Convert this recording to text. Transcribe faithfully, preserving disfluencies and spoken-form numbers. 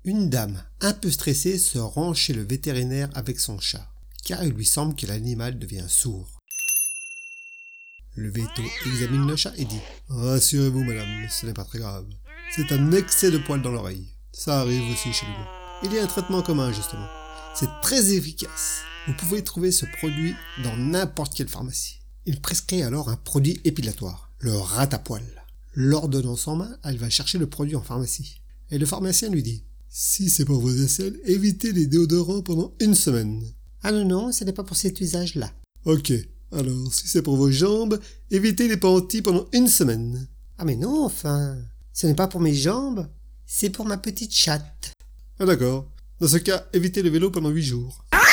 Une dame, un peu stressée, se rend chez le vétérinaire avec son chat, car il lui semble que l'animal devient sourd. Le véto examine le chat et dit « Rassurez-vous madame, ce n'est pas très grave. C'est un excès de poils dans l'oreille. Ça arrive aussi chez l'humain. Il y a un traitement commun justement. C'est très efficace. Vous pouvez trouver ce produit dans n'importe quelle pharmacie. » Il prescrit alors un produit épilatoire, le ratapoil. L'ordonnance en main, elle va chercher le produit en pharmacie. Et le pharmacien lui dit « Si c'est pour vos aisselles, évitez les déodorants pendant une semaine. »« Ah non, non, ce n'est pas pour cet usage-là. »« Ok, alors si c'est pour vos jambes, évitez les panties pendant une semaine. »« Ah mais non, enfin, ce n'est pas pour mes jambes, c'est pour ma petite chatte. »« Ah d'accord, dans ce cas, évitez le vélo pendant huit jours. »